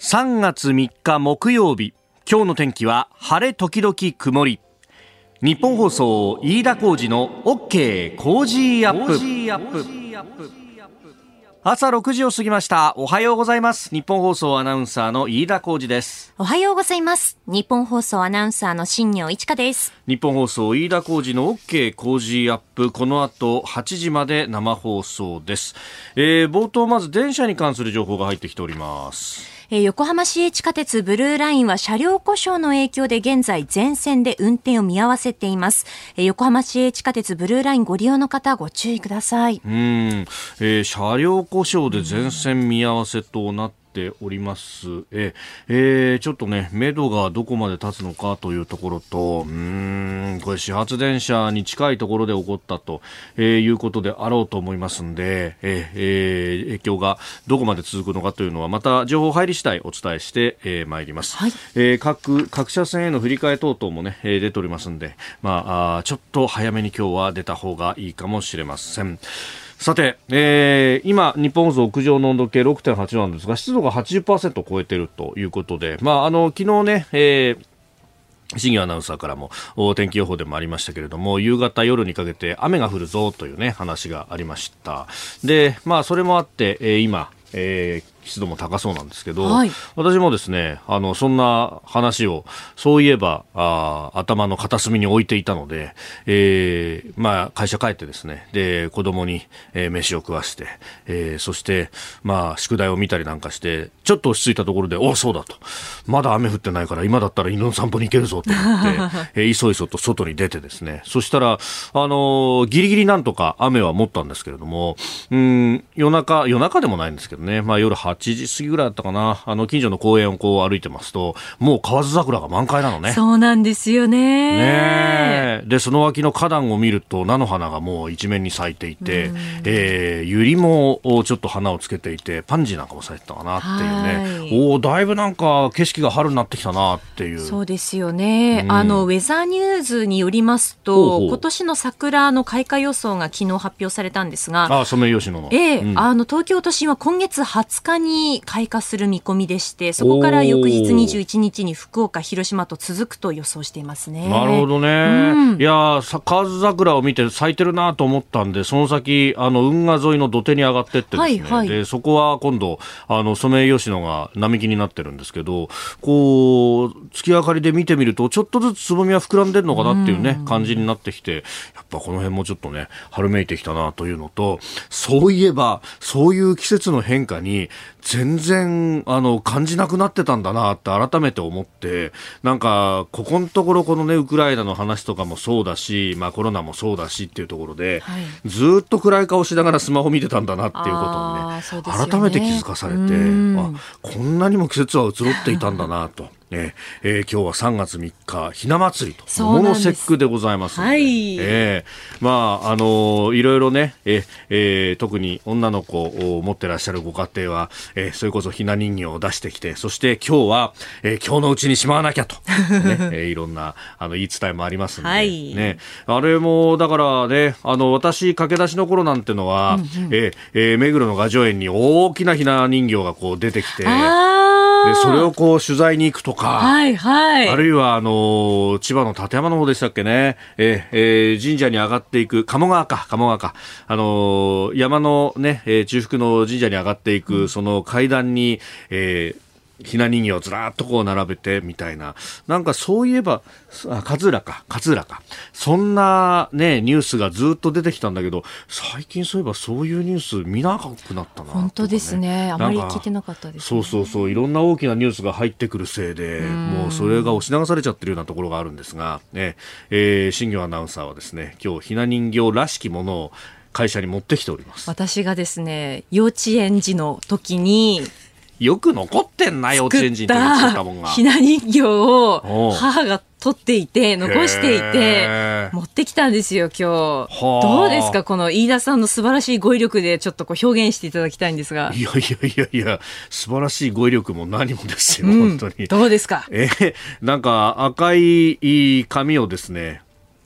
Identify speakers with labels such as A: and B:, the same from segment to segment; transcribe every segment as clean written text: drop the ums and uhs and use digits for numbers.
A: 3月3日木曜日、今日の天気は晴れ時々曇り。日本放送飯田浩司の OK コージーアップ。朝6時を過ぎました。おはようございます。日本放送アナウンサーの飯田浩司です。
B: おはようございます。日本放送アナウンサーの新業一華です。
A: 日本放送飯田浩司の OK コージーアップ、この後8時まで生放送です。冒頭まず電車に関する情報が入ってきております。
B: 横浜市営地下鉄ブルーラインは車両故障の影響で現在全線で運転を見合わせています。横浜市営地下鉄ブルーラインご利用の方ご注意ください。
A: 車両故障で全線見合わせとなっております。ちょっとね、目処がどこまで立つのかというところと、これ始発電車に近いところで起こったと、いうことであろうと思いますんで、影響がどこまで続くのかというのはまた情報入り次第お伝えしてまいります。
B: はい。
A: 各車線への振り替え等々もね、出ておりますんで、ちょっと早めに今日は出た方がいいかもしれません。さて、今日本放送屋上の温度計 6.8 なんですが、湿度が 80% を超えているということで、昨日ね、新業アナウンサーからも天気予報でもありましたけれども、夕方夜にかけて雨が降るぞというね話がありました。で、それもあって、今、湿度も高そうなんですけど、
B: はい、
A: 私もですね、そんな話をそういえば頭の片隅に置いていたので、会社帰ってですね、で子供に、飯を食わして、そして宿題を見たりなんかしてちょっと落ち着いたところで、そうだと、まだ雨降ってないから今だったら犬の散歩に行けるぞと思って、いそいそと外に出てですね、そしたらギリギリなんとか雨は持ったんですけれども、夜中でもないんですけどね、夜8時過ぎぐらいだったかな、近所の公園をこう歩いてますと、もう河津桜が満開なのね。
B: そうなんですよね。
A: でその脇の花壇を見ると菜の花がもう一面に咲いていて、ユリもちょっと花をつけていて、パンジーなんかも咲いてたかなっていうね。だいぶなんか景色が春になってきたなっていう。
B: そうですよね。ウェザーニューズによりますと、今年の桜の開花予想が昨日発表されたんですが、
A: ソメイヨシノの、
B: 東京都心は今月20日に開花する見込みでして、そこから翌日21日に福岡、広島と続くと予想していますね。
A: なるほどね。いや河津桜を見て咲いてるなと思ったんで、その先運河沿いの土手に上がってってですね、でそこは今度ソメイヨシノが並木になってるんですけど、こう月明かりで見てみるとちょっとずつつぼみは膨らんでるのかなっていうね、感じになってきて、やっぱこの辺もちょっとね春めいてきたなというのと、そういえばそういう季節の変化に全然感じなくなってたんだなって改めて思って、なんかここのところこのねウクライナの話とかもそうだし、コロナもそうだしっていうところで、ずっと暗い顔しながらスマホ見てたんだなっていうことをね、改めて気づかされて、こんなにも季節は移ろっていたんだなと。今日は3月3日ひな祭りと桃の節句でございますので、いろいろね、特に女の子を持ってらっしゃるご家庭は、それこそひな人形を出してきて、そして今日は、今日のうちにしまわなきゃと、いろんな言い伝えもありますので、あれもだからね、私駆け出しの頃なんてのは、目黒の雅叙園に大きなひな人形がこう出てきて、でそれをこう取材に行くとか、あるいは千葉の館山の方でしたっけね、神社に上がっていく鴨川か、山のね、中腹の神社に上がっていく、その階段に、ひな人形をずらっとこう並べてみたいな、なんかそういえば勝浦か、そんなねニュースがずっと出てきたんだけど、最近そういえばそういうニュース見なくなったな、
B: 本当ですね。あまり聞いてなかったです、
A: ね、そういろんな大きなニュースが入ってくるせいで、もうそれが押し流されちゃってるようなところがあるんですが、新業アナウンサーはですね、今日ひな人形らしきものを会社に持ってきております。
B: 私がですね、幼稚園児の時に
A: よく残ってんな、幼稚園児の時に作ったもんが。
B: ひな人形を母が取っていて残していて持ってきたんですよ今日。どうですか、この飯田さんの素晴らしい語彙力でちょっとこう表現していただきたいんですが。
A: いや素晴らしい語彙力も何もですよ、本当に。
B: どうですか。
A: なんか赤い紙をですね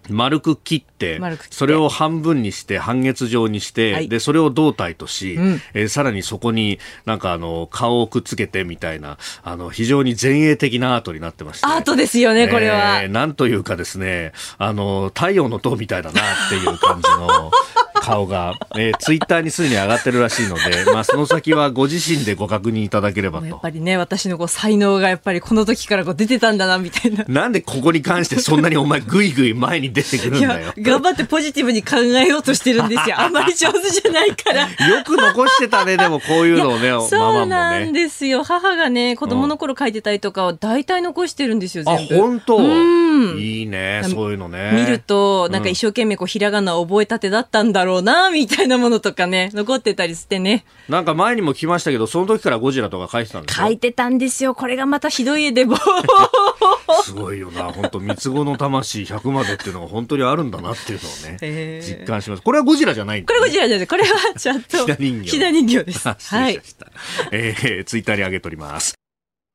A: 丸く切ってそれを半分にして半月状にして、はい、でそれを胴体とし、さらにそこになんか顔をくっつけてみたいな非常に前衛的なアートになってまして、
B: アートですよねこれは、
A: なんというかですね太陽の塔みたいだなっていう感じの顔が、ツイッターにすでに上がってるらしいので、まあ、その先はご自身でご確認いただければと。
B: やっぱりね、私の才能がやっぱりこの時から出てたんだなみたいな。
A: なんでここに関してそんなにお前グイグイ前に出てくるんだよ。
B: いや頑張ってポジティブに考えようとしてるんですよ。あんまり上手じゃないから。
A: よく残してたね、でもこういうのをね、ママもね。
B: そうなんですよ。母がね、子供の頃書いてたりとかを大体残してるんですよ、全部。
A: あ、本当。いいね、そういうのね。
B: 見ると、なんか一生懸命ひらがなを覚えたてだったんだろうな、みたいなものとかね、残ってたりしてね。
A: なんか前にも来ましたけど、その時からゴジラとか書いてたんですか？
B: 書いてたんですよ。これがまたひどい絵でも。
A: すごいよな、本当三つ子の魂100までっていうのが本当にあるんだなっていうのをね、実感します。これはゴジラじゃないんだ、ね。
B: これゴジラじゃない。これはちゃんと。ひだ人形。ひだ人形です。はい。
A: ツイッターに上げております。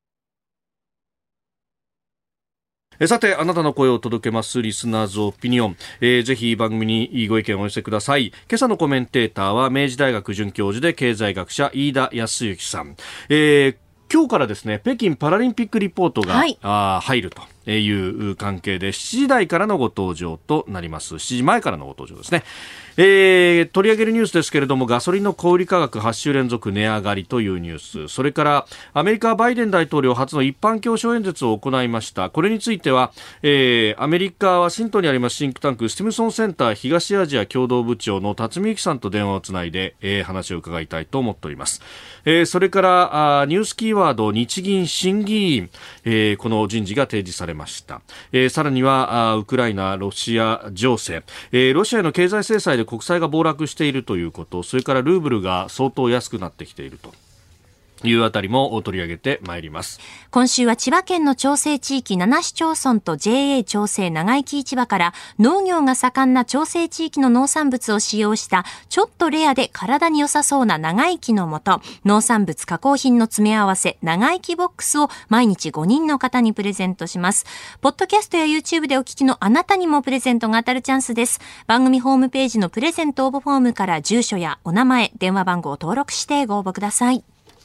A: さて、あなたの声を届けますリスナーズオピニオン、ぜひ番組にご意見をお寄せください。今朝のコメンテーターは明治大学准教授で経済学者飯田康之さん。今日からですね、北京パラリンピックリポートが、入るという関係で7時台からのご登場となります。7時前からのご登場ですね。取り上げるニュースですけれども、ガソリンの小売価格8週連続値上がりというニュース、それからアメリカバイデン大統領初の一般教書演説を行いました。これについては、アメリカワシントンにありますシンクタンクスティムソンセンター東アジア共同部長の辰巳由紀さんと電話をつないで、話を伺いたいと思っております。それからニュースキーワード日銀審議員、この人事が提示されました。さらにはウクライナロシア情勢、ロシアへの経済制裁で国債が暴落しているということ、それからルーブルが相当安くなってきているというあたりも取り上げてまいります。
C: 今週は千葉県の調整地域7市町村と JA 調整長生市場から農業が盛んな調整地域の農産物を使用したちょっとレアで体に良さそうな長生きのもと、農産物加工品の詰め合わせ長生きボックスを毎日5人の方にプレゼントします。ポッドキャストや YouTube でお聞きのあなたにもプレゼントが当たるチャンスです。番組ホームページのプレゼント応募フォームから住所やお名前、電話番号を登録してご応募ください。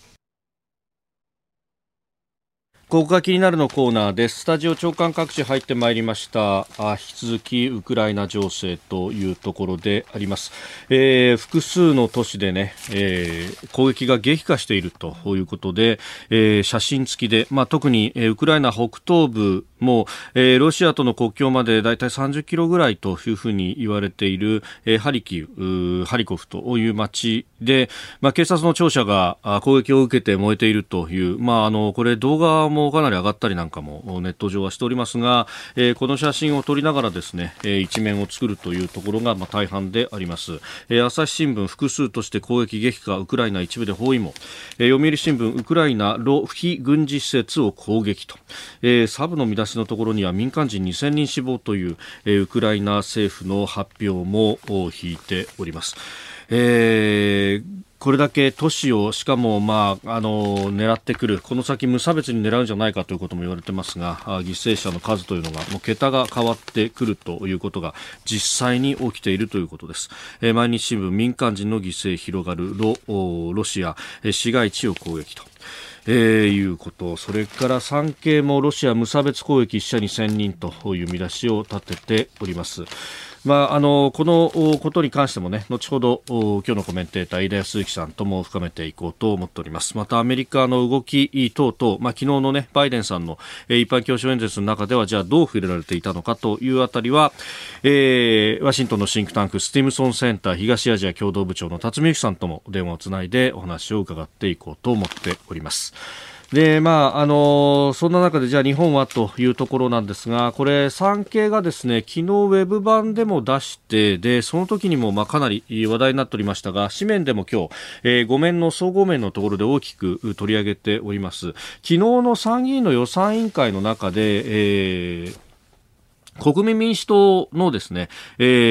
A: ここが気になるのコーナーです。スタジオ長官各地入ってまいりました。引き続きウクライナ情勢というところであります。複数の都市でね、攻撃が激化しているということで、写真付きで、特に、ウクライナ北東部も、ロシアとの国境までだいたい30キロぐらいというふうに言われている、ハリコフという町で、警察の庁舎が攻撃を受けて燃えているという、これ動画もかなり上がったりなんかもネット上はしておりますが、この写真を撮りながらですね、一面を作るというところが大半であります。朝日新聞複数として攻撃激化、ウクライナ一部で包囲網、読売新聞ウクライナ非軍事施設を攻撃と、サブの見出しのところには民間人2000人死亡という、ウクライナ政府の発表も引いております。これだけ都市をしかも、狙ってくる、この先無差別に狙うんじゃないかということも言われてますが、犠牲者の数というのがもう桁が変わってくるということが実際に起きているということです。毎日新聞民間人の犠牲広がるロシア市街地を攻撃ということ、それから産経もロシア無差別攻撃死者2000人という見出しを立てております。このことに関してもね、後ほど今日のコメンテーター飯田康之さんとも深めていこうと思っております。またアメリカの動き等々、昨日のねバイデンさんの一般教書演説の中ではじゃあどう触れられていたのかというあたりは、ワシントンのシンクタンクスティムソンセンター東アジア共同部長の辰巳由紀さんとも電話をつないでお話を伺っていこうと思っております。で、そんな中でじゃあ日本はというところなんですが、これ産経がですね、昨日ウェブ版でも出して、でその時にもかなり話題になっておりましたが、紙面でも今日、5面の総合面のところで大きく取り上げております。昨日の参議院の予算委員会の中で、国民民主党のですね、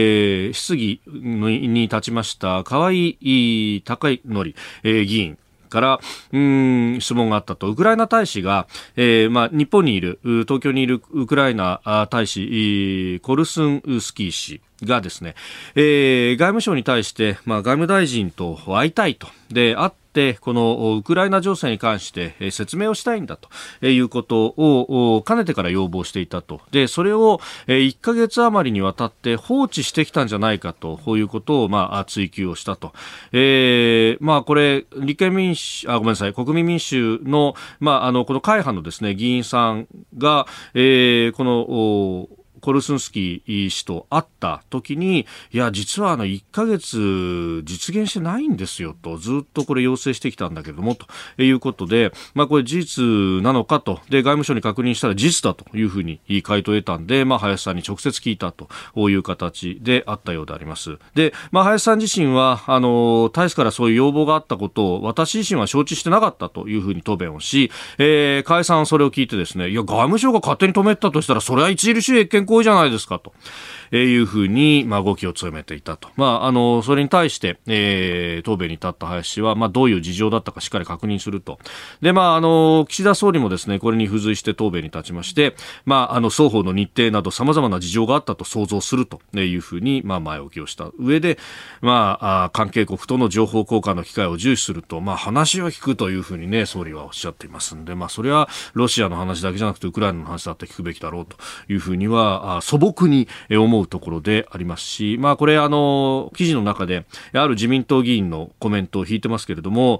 A: 質疑に立ちました河井貴則、議員から質問があったと。ウクライナ大使が、日本にいる東京にいるウクライナ大使コルスンスキー氏がですね、外務省に対して、外務大臣と会いたいと。で、会ってこのウクライナ情勢に関して説明をしたいんだということをかねてから要望していたと。で、それを1ヶ月余りにわたって放置してきたんじゃないかということを追及をしたと。これ国民民主のこの会派のですね議員さんが、このコルスンスキー氏と会った時に、いや実は1ヶ月実現してないんですよと、ずっとこれ要請してきたんだけどもということで、これ事実なのかと。で、外務省に確認したら事実だというふうに回答を得たんで、林さんに直接聞いたという形であったようであります。で、林さん自身は大使からそういう要望があったことを私自身は承知してなかったというふうに答弁をし、河合さんはそれを聞いてですね、いや外務省が勝手に止めたとしたらそれは著しい越権行為じゃないですかというふうに語気を強めていたと。それに対して、答弁に立った林氏は、どういう事情だったかしっかり確認すると。で、岸田総理もですね、これに付随して答弁に立ちまして、双方の日程など様々な事情があったと想像するというふうに、前置きをした上で、関係国との情報交換の機会を重視すると、話を聞くというふうにね、総理はおっしゃっていますんで、それはロシアの話だけじゃなくてウクライナの話だって聞くべきだろうというふうには素朴に思うところでありますし、これ記事の中である自民党議員のコメントを引いてますけれども、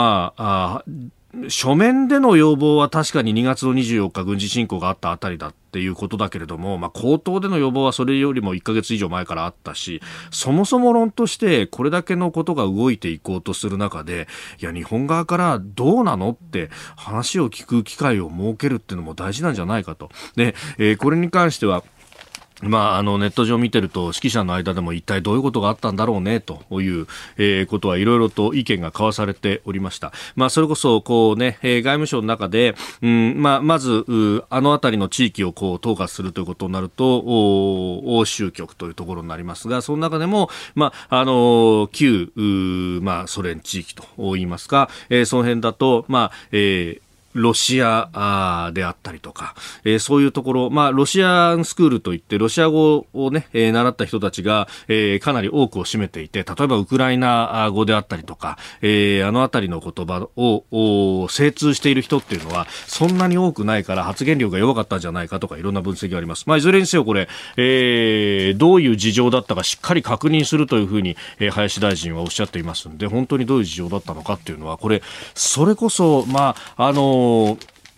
A: 書面での要望は確かに2月の24日軍事侵攻があったあたりだっていうことだけれども、口頭での要望はそれよりも1ヶ月以上前からあったし、そもそも論としてこれだけのことが動いていこうとする中で、いや日本側からどうなのって話を聞く機会を設けるっていうのも大事なんじゃないかと。で、これに関してはネット上見てると識者の間でも一体どういうことがあったんだろうねという、ことはいろいろと意見が交わされておりました。それこそ外務省の中で、まずあたりの地域を統括するということになると欧州局というところになりますが、その中でも旧ソ連地域といいますか、その辺だとロシアであったりとか、そういうところ、ロシアンスクールといってロシア語をね、習った人たちが、かなり多くを占めていて、例えばウクライナ語であったりとか、あたりの言葉を精通している人っていうのはそんなに多くないから発言量が弱かったんじゃないかとかいろんな分析があります。いずれにせよこれ、どういう事情だったかしっかり確認するというふうに、林大臣はおっしゃっていますので、本当にどういう事情だったのかっていうのはこれそれこそウ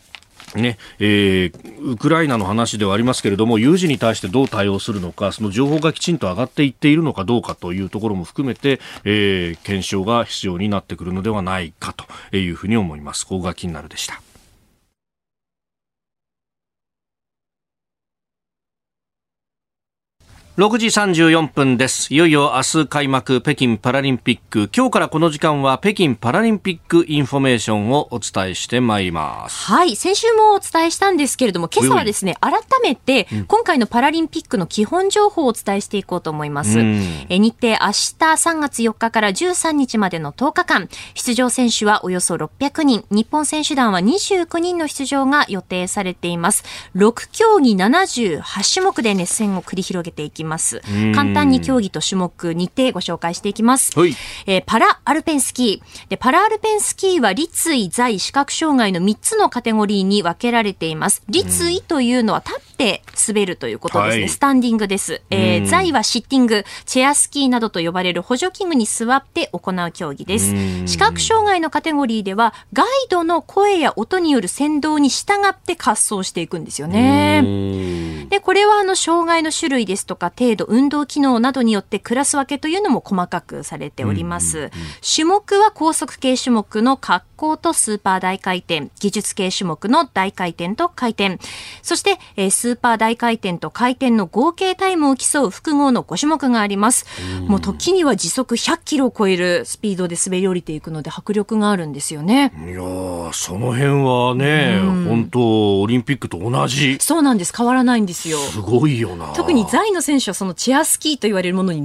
A: クライナの話ではありますけれども、有事に対してどう対応するのか、その情報がきちんと上がっていっているのかどうかというところも含めて、検証が必要になってくるのではないかというふうに思います。ここが気になるでした。6時34分です。いよいよ明日開幕北京パラリンピック。今日からこの時間は北京パラリンピックインフォメーションをお伝えしてまいります。
C: はい、先週もお伝えしたんですけれども、今朝はですね、改めて今回のパラリンピックの基本情報をお伝えしていこうと思います。日程、明日3月4日から13日までの10日間、出場選手はおよそ600人、日本選手団は29人の出場が予定されています。6競技78種目で熱戦を繰り広げていきます。簡単に競技と種目日程ご紹介していきます。パラアルペンスキーで、パラアルペンスキーは立位、座位、視覚障害の3つのカテゴリーに分けられています。立位というのは立って滑るということですね。スタンディングです。座位はシッティング、チェアスキーなどと呼ばれる補助器具に座って行う競技です。視覚障害のカテゴリーではガイドの声や音による先導に従って滑走していくんですよね。で、これは障害の種類ですとか程度、運動機能などによってクラス分けというのも細かくされております。種目は高速系種目の滑降とスーパー大回転、技術系種目の大回転と回転、そして、スーパー大回転と回転の合計タイムを競う複合の5種目があります。もう時には時速100キロを超えるスピードで滑り降りていくので迫力があるんですよね。
A: いやー、その辺はね、本当オリンピックと同じ。
C: そうなんです。変わらないんですよ。
A: すごいよな。
C: 特に座位の選手はそのチェアスキーと言われるものに乗って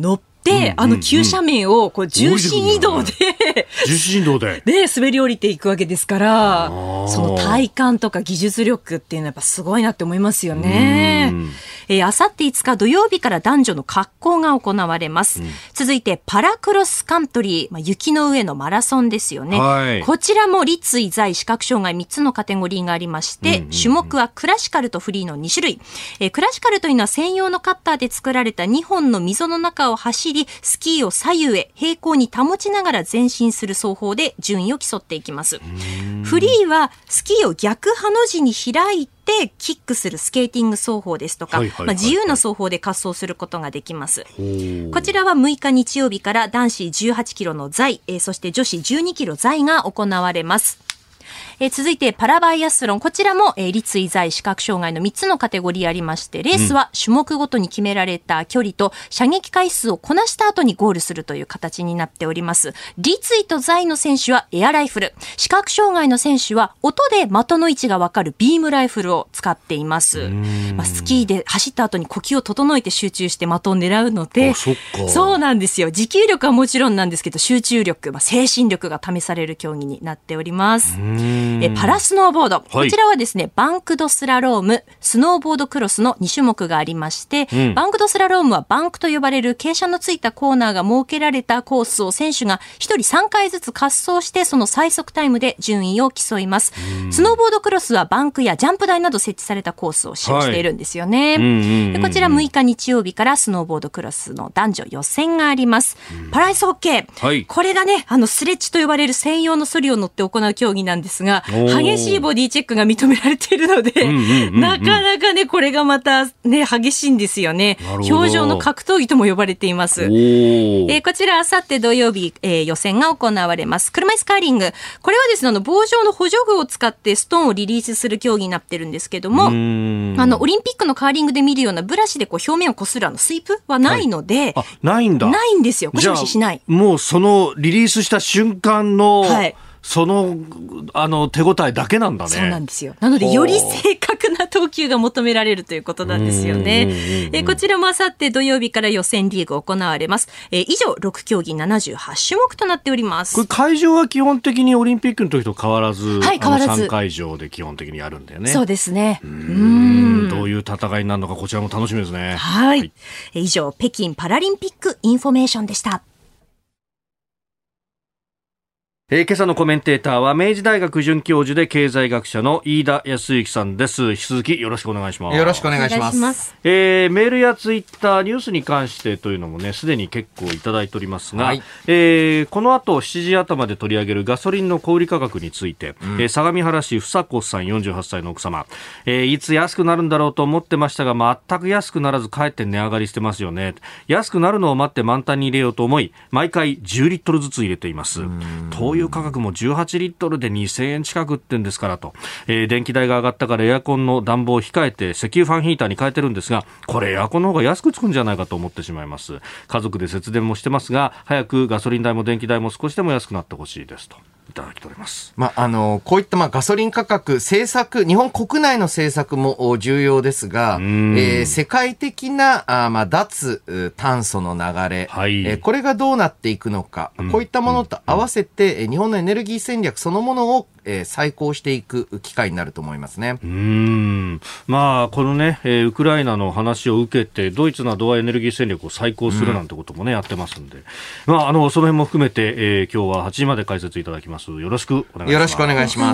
B: で、急斜面をこう重心移動でで滑り降りていくわけですから、その体感とか技術力っていうのはやっぱすごいなって思いますよね。あさって5日土曜日から男女の滑降が行われます。続いてパラクロスカントリー、雪の上のマラソンですよね。はい、こちらも立位在視覚障害3つのカテゴリーがありまして、種目はクラシカルとフリーの2種類。クラシカルというのは専用のカッターで作られた2本の溝の中を走り、スキーを左右へ平行に保ちながら前進する走法で順位を競っていきます。フリーはスキーを逆ハの字に開いてキックするスケーティング走法ですとか、自由な走法で滑走することができます。こちらは6日日曜日から男子18キロの座位、そして女子12キロ座位が行われます。続いてパラバイアスロン、こちらも立位在視覚障害の3つのカテゴリーありまして、レースは種目ごとに決められた距離と射撃回数をこなした後にゴールするという形になっております。立位と在の選手はエアライフル、視覚障害の選手は音で的の位置がわかるビームライフルを使っています。スキーで走った後に呼吸を整えて集中して的を狙うので、そうなんですよ。持久力はもちろんなんですけど、集中力、精神力が試される競技になっております。パラスノーボード、こちらはですね、バンクドスラローム、スノーボードクロスの2種目がありまして、バンクドスラロームはバンクと呼ばれる傾斜のついたコーナーが設けられたコースを選手が1人3回ずつ滑走して、その最速タイムで順位を競います。スノーボードクロスはバンクやジャンプ台など設置されたコースを使用しているんですよね。でこちら6日日曜日からスノーボードクロスの男女予選があります。パラアイスホッケー、これがね、スレッジと呼ばれる専用のソリを乗って行う競技なんですが、激しいボディチェックが認められているので、なかなかね、これがまたね、激しいんですよね。氷上の格闘技とも呼ばれています。こちら、あさって土曜日、予選が行われます。車椅子カーリング。これはですね、棒状の補助具を使ってストーンをリリースする競技になってるんですけども、オリンピックのカーリングで見るようなブラシでこう表面をこするスイープはないので、
A: ないんだ。
B: ないんですよ。ゴシゴシしない。
A: もうそのリリースした瞬間の、その手応えだけなんだね。
B: そうなんですよ。なのでより正確な投球が求められるということなんですよね。こちらもあさって土曜日から予選リーグ行われます。以上6競技78種目となっております。
A: これ会場は基本的にオリンピックの時と変わらず、3会場で基本的にやるんだよね。
B: そうですね。ど
A: ういう戦いになるのか、こちらも楽しみですね。
B: 以上、北京パラリンピックインフォメーションでした。
A: 今朝のコメンテーターは明治大学准教授で経済学者の飯田康之さんです。引き続きよろしくお願いします。
D: よろしくお願いします。
A: メールやツイッターニュースに関してというのもね、すでに結構いただいておりますが、この後7時頭で取り上げるガソリンの小売価格について、相模原市房子さん48歳の奥様、いつ安くなるんだろうと思ってましたが、全く安くならずかえって値上がりしてますよね。安くなるのを待って満タンに入れようと思い、毎回10リットルずつ入れています。灯油価格も18リットルで2000円近くってんですからと、電気代が上がったからエアコンの暖房を控えて石油ファンヒーターに変えてるんですが、これエアコンの方が安くつくんじゃないかと思ってしまいます。家族で節電もしてますが、早くガソリン代も電気代も少しでも安くなってほしいですといただきております。
D: こういったガソリン価格政策、日本国内の政策も重要ですが、世界的な脱炭素の流れ、これがどうなっていくのか、こういったものと合わせて、日本のエネルギー戦略そのものを再考していく機会になると思いますね。
A: このね、ウクライナの話を受けてドイツなどはエネルギー戦略を再考するなんてこともね、やってますんで、その辺も含めて、今日は8時まで解説いただきます。よろしくお願いします。
D: よろしくお願いします。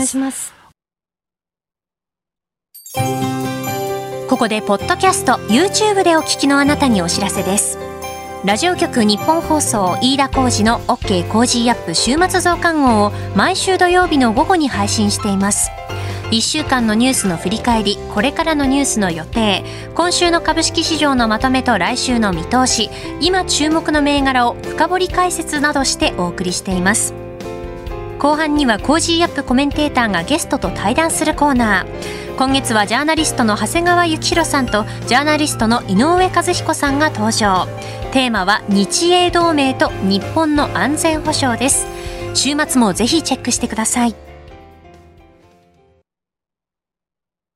C: ここでポッドキャスト YouTube でお聞きのあなたにお知らせです。ラジオ局日本放送飯田浩司の OK コージーアップ週末増刊号を毎週土曜日の午後に配信しています。1週間のニュースの振り返り、これからのニュースの予定、今週の株式市場のまとめと来週の見通し、今注目の銘柄を深掘り解説などしてお送りしています。後半にはコージーアップコメンテーターがゲストと対談するコーナー。今月はジャーナリストの長谷川幸宏さんとジャーナリストの井上和彦さんが登場。テーマは日英同盟と日本の安全保障です。週末もぜひチェックしてください。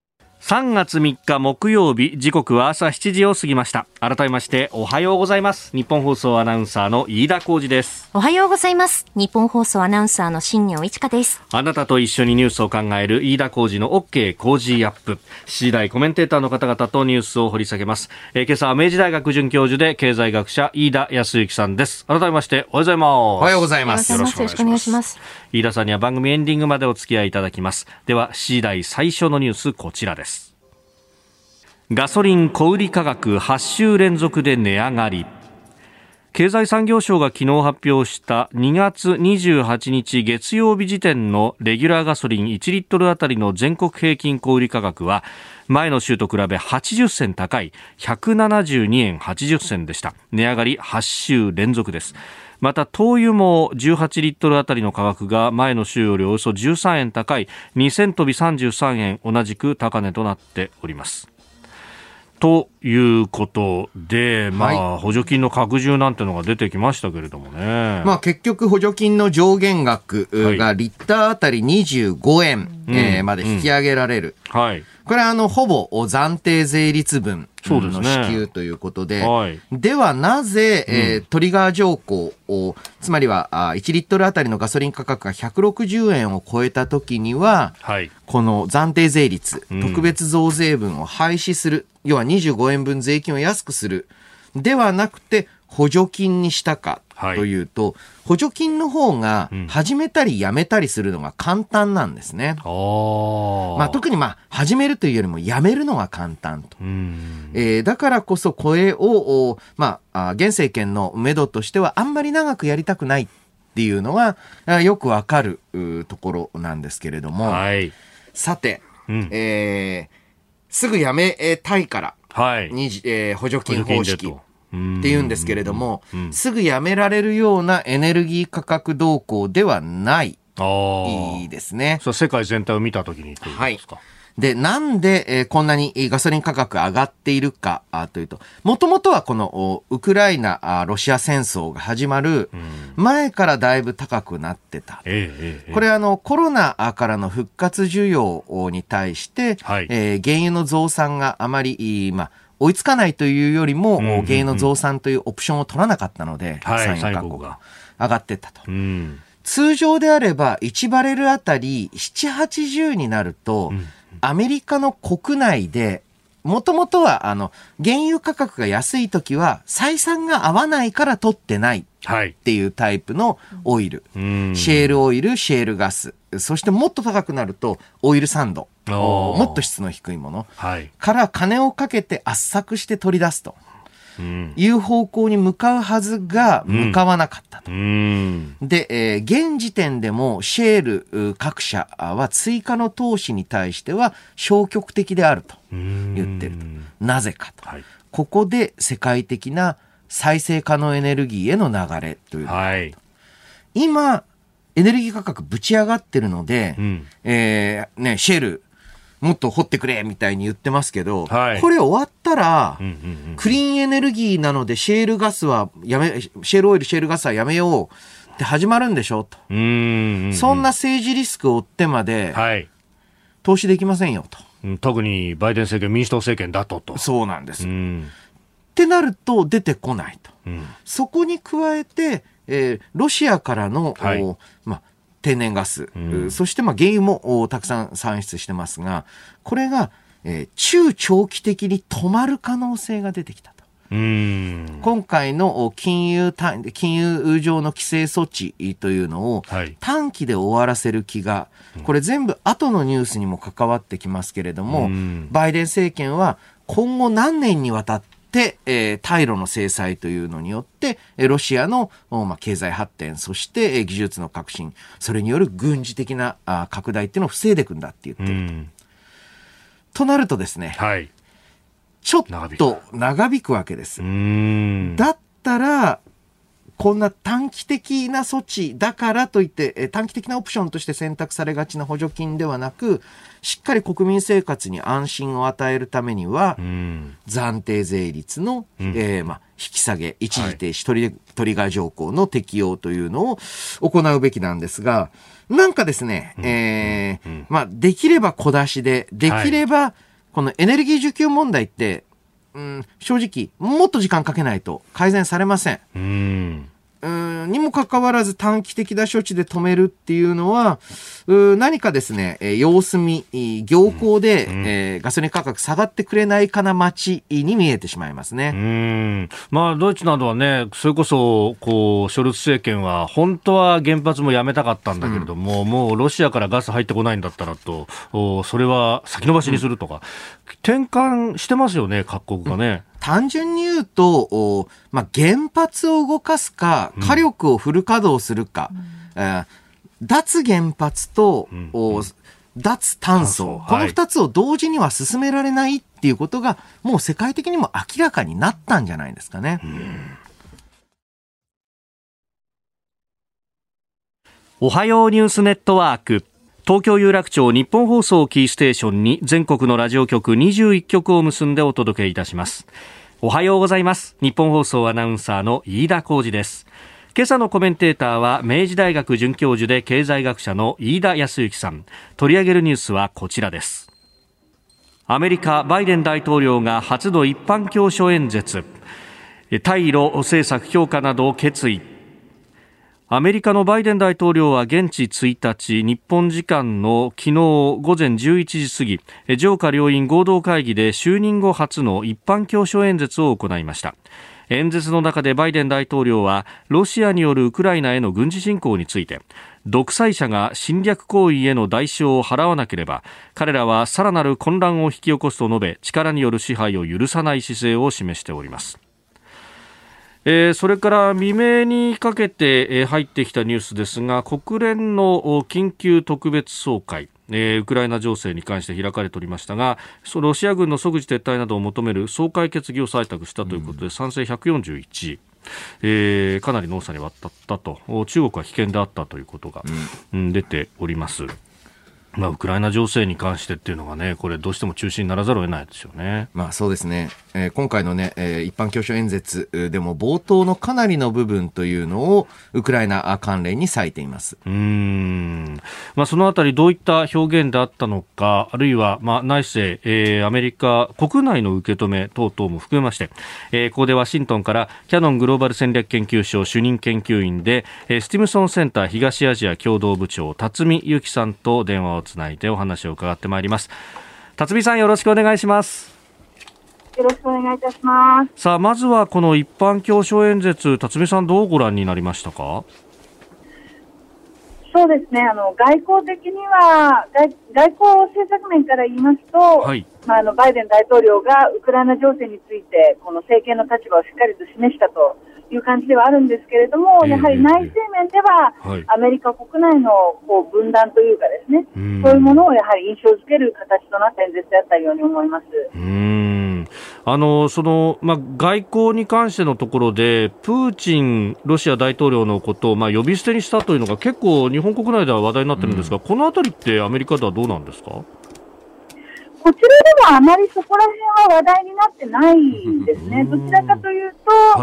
A: 3月3日木曜日、時刻は朝7時を過ぎました。改めましておはようございます。日本放送アナウンサーの飯田浩司です。
C: おはようございます。日本放送アナウンサーの新業一華です。
A: あなたと一緒にニュースを考える飯田浩司の OK 工事アップ。7時台コメンテーターの方々とニュースを掘り下げます。今朝は明治大学准教授で経済学者飯田康之さんです。改めましておはようございます。
D: おはようございます。
C: よろしくお願いします。
A: 飯田さんには番組エンディングまでお付き合いいただきます。では7時台最初のニュース、こちらです。ガソリン小売価格8週連続で値上がり。経済産業省が昨日発表した2月28日月曜日時点のレギュラーガソリン1リットルあたりの全国平均小売価格は前の週と比べ80銭高い172円80銭でした。値上がり8週連続です。また灯油も18リットルあたりの価格が前の週よりおよそ13円高い2000飛び33円、同じく高値となっております。ということで、補助金の拡充なんてのが出てきましたけれどもね。
D: 結局補助金の上限額がリッターあたり25円、まで引き上げられる。これはほぼ暫定税率分の支給ということで、ではなぜ、トリガー条項を、つまりは1リットルあたりのガソリン価格が160円を超えたときには、この暫定税率、特別増税分を廃止する、要は25円分税金を安くするではなくて補助金にしたかというと、補助金の方が始めたりやめたりするのが簡単なんですね。特に始めるというよりもやめるのが簡単と。だからこそこれを現政権の目処としてはあんまり長くやりたくないっていうのはよくわかるところなんですけれども、さて、すぐやめたいから、補助金方式っていうんですけれども、すぐやめられるようなエネルギー価格動向ではないですね。
A: 世界全体を見たときにということですか。
D: で、なんで、こんなにガソリン価格上がっているかというと、もともとはこのウクライナ、ロシア戦争が始まる前からだいぶ高くなってた。これコロナからの復活需要に対して、原油の増産があまり、追いつかないというよりも、原油の増産というオプションを取らなかったので、産油国が上がってったと。通常であれば1バレルあたり7、80になると、アメリカの国内で、もともとは原油価格が安いときは採算が合わないから取ってないっていうタイプのオイル、シェールオイル、シェールガス、そしてもっと高くなるとオイルサンド、もっと質の低いものから金をかけて圧搾して取り出すという方向に向かうはずが向かわなかったと。で、現時点でもシェール各社は追加の投資に対しては消極的であると言ってると。なぜかと。ここで世界的な再生可能エネルギーへの流れというのがあると。今、エネルギー価格ぶち上がってるので、シェールもっと掘ってくれみたいに言ってますけど、これ終わったら、クリーンエネルギーなのでシェールガスはシェールオイル、シェールガスはやめようって始まるんでしょと。そんな政治リスクを負ってまで、投資できませんよと。
A: 特にバイデン政権、民主党政権だと。
D: そうなんです。ってなると出てこないと。そこに加えて、ロシアからの、天然ガス、そして原油もたくさん産出してますが、これが、中長期的に止まる可能性が出てきたと。今回の金融上の規制措置というのを短期で終わらせる気が、これ全部後のニュースにも関わってきますけれども、バイデン政権は今後何年にわたって対ロの制裁というのによってロシアの経済発展、そして技術の革新、それによる軍事的な拡大っていうのを防いでいくんだって言ってるとなるとですね、ちょっと長引くわけです。だったらこんな短期的な措置だからといって短期的なオプションとして選択されがちな補助金ではなく、しっかり国民生活に安心を与えるためには、暫定税率の、引き下げ、一時停止、トリガー条項の適用というのを行うべきなんですが、なんかですね、できれば小出しで、できればこのエネルギー需給問題って、正直、もっと時間かけないと改善されません。にもかかわらず短期的な処置で止めるっていうのは、何かですね、様子見、行幸で、ガソリン価格下がってくれないかな街に見えてしまいますね。
A: まあ、ドイツなどはね、それこそ、こう、ショルツ政権は、本当は原発もやめたかったんだけれども、もうロシアからガス入ってこないんだったらと、それは先延ばしにするとか、転換してますよね、各国がね。
D: 単純に言うと、原発を動かすか、火力をフル稼働するか、脱原発と、脱炭素、この二つを同時には進められないっていうことが、もう世界的にも明らかになったんじゃないですかね。
A: おはようニュースネットワーク。東京有楽町日本放送キーステーションに全国のラジオ局21局を結んでお届けいたします。おはようございます。日本放送アナウンサーの飯田浩司です。今朝のコメンテーターは明治大学准教授で経済学者の飯田康之さん。取り上げるニュースはこちらです。アメリカバイデン大統領が初の一般教書演説、対ロ政策強化などを決意。アメリカのバイデン大統領は現地1日、日本時間の昨日午前11時過ぎ、上下両院合同会議で就任後初の一般教書演説を行いました。演説の中でバイデン大統領は、ロシアによるウクライナへの軍事侵攻について、独裁者が侵略行為への代償を払わなければ、彼らはさらなる混乱を引き起こすと述べ、力による支配を許さない姿勢を示しております。それから未明にかけて入ってきたニュースですが、国連の緊急特別総会、ウクライナ情勢に関して開かれておりましたが、ロシア軍の即時撤退などを求める総会決議を採択したということで、賛成141、かなりの多さに渡ったと、中国は危険であったということが、出ております。ウクライナ情勢に関してっていうのがね、これどうしても中心にならざるを得ないですよね。
D: そうですね。今回のね、一般教書演説でも冒頭のかなりの部分というのをウクライナ関連に割いています。
A: そのあたりどういった表現であったのか、あるいは内政、アメリカ国内の受け止め等々も含めまして、ここでワシントンからキヤノングローバル戦略研究所主任研究員で、スティムソンセンター東アジア共同部長辰巳由紀さんと電話をつないでお話を伺ってまいります。辰巳さん、よろしくお願いします。
E: よろしくお願いいたします。
A: さあ、まずはこの一般教書演説、辰巳さんどうご覧になりましたか？
E: そうですね、外交的には外交政策面から言いますと、バイデン大統領がウクライナ情勢についてこの政権の立場をしっかりと示したという感じではあるんですけれども、やはり内政面では、アメリカ国内の分断というかですね、そういうものをやはり印象づける形となった演説であったように思います。
A: 外交に関してのところでプーチンロシア大統領のことを呼び捨てにしたというのが結構日本国内では話題になってるんですが、このあたりってアメリカではどうなんですか？
E: こちらではあまりそこら辺は話題になってないんですね。どちらかというと、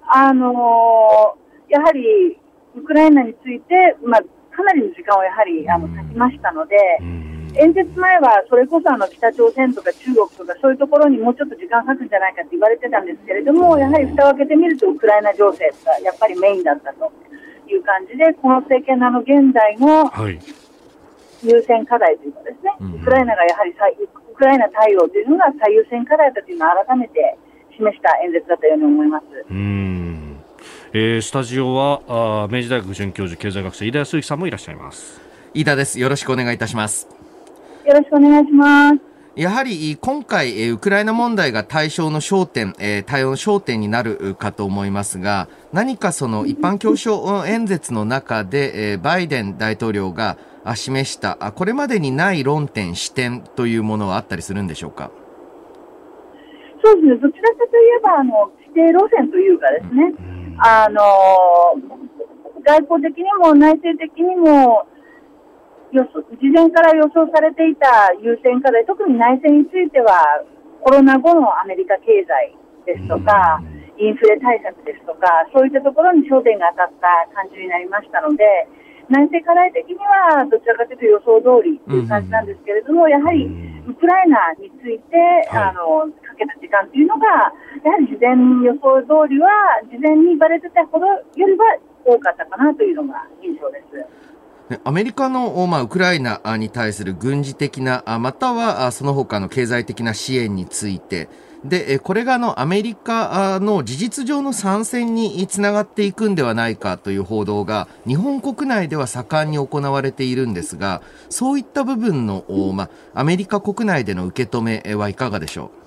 E: やはりウクライナについて、かなりの時間をやはり経ちましたので、演説前はそれこそ北朝鮮とか中国とかそういうところにもうちょっと時間割くんじゃないかって言われてたんですけれども、やはり蓋を開けてみるとウクライナ情勢がやっぱりメインだったという感じで、この政権の現在の優先課題というかですね、ウクライナがやはりウクライナ対応というのが最優先課題だというのを改めて示した演説だったように思います。
A: スタジオは明治大学准教授経済学者飯田康之さんもいらっしゃいます。
D: 飯田です。よろしくお願いいたします。
E: よろしくお願いします。
D: やはり今回ウクライナ問題が対応の焦点になるかと思いますが、何かその一般教書演説の中でバイデン大統領が示したこれまでにない論点視点というものはあったりするんでしょうか？
E: そうですね、どちらかといえば規定路線というかですね、外交的にも内政的にも事前から予想されていた優先課題、特に内政についてはコロナ後のアメリカ経済ですとかインフレ対策ですとか、そういったところに焦点が当たった感じになりましたので、内政課題的にはどちらかというと予想通りという感じなんですけれども、やはりウクライナについて、かけた時間というのが、やはり事前予想通りは、事前に言われてたほどよりは多かったかなというのが印象です。
D: アメリカの、ウクライナに対する軍事的な、またはその他の経済的な支援について、で、これがアメリカの事実上の参戦につながっていくんではないかという報道が日本国内では盛んに行われているんですが、そういった部分の、アメリカ国内での受け止めはいかがでしょ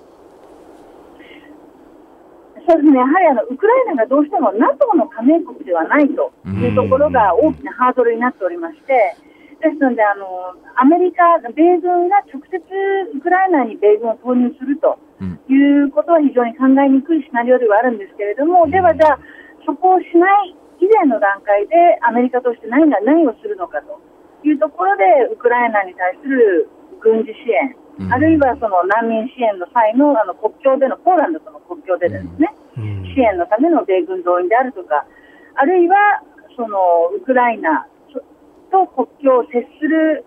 E: う。そうですね、やはりウクライナがどうしても NATO の加盟国ではないというところが大きなハードルになっておりまして、ですのでアメリカ、米軍が直接ウクライナに米軍を投入するということは非常に考えにくいシナリオではあるんですけれども、ではじゃあそこをしない以前の段階でアメリカとして何をするのかというところで、ウクライナに対する軍事支援、あるいはその難民支援の際の国境でのポーランドとの国境でですね、支援のための米軍動員であるとか、あるいはそのウクライナと国境を接する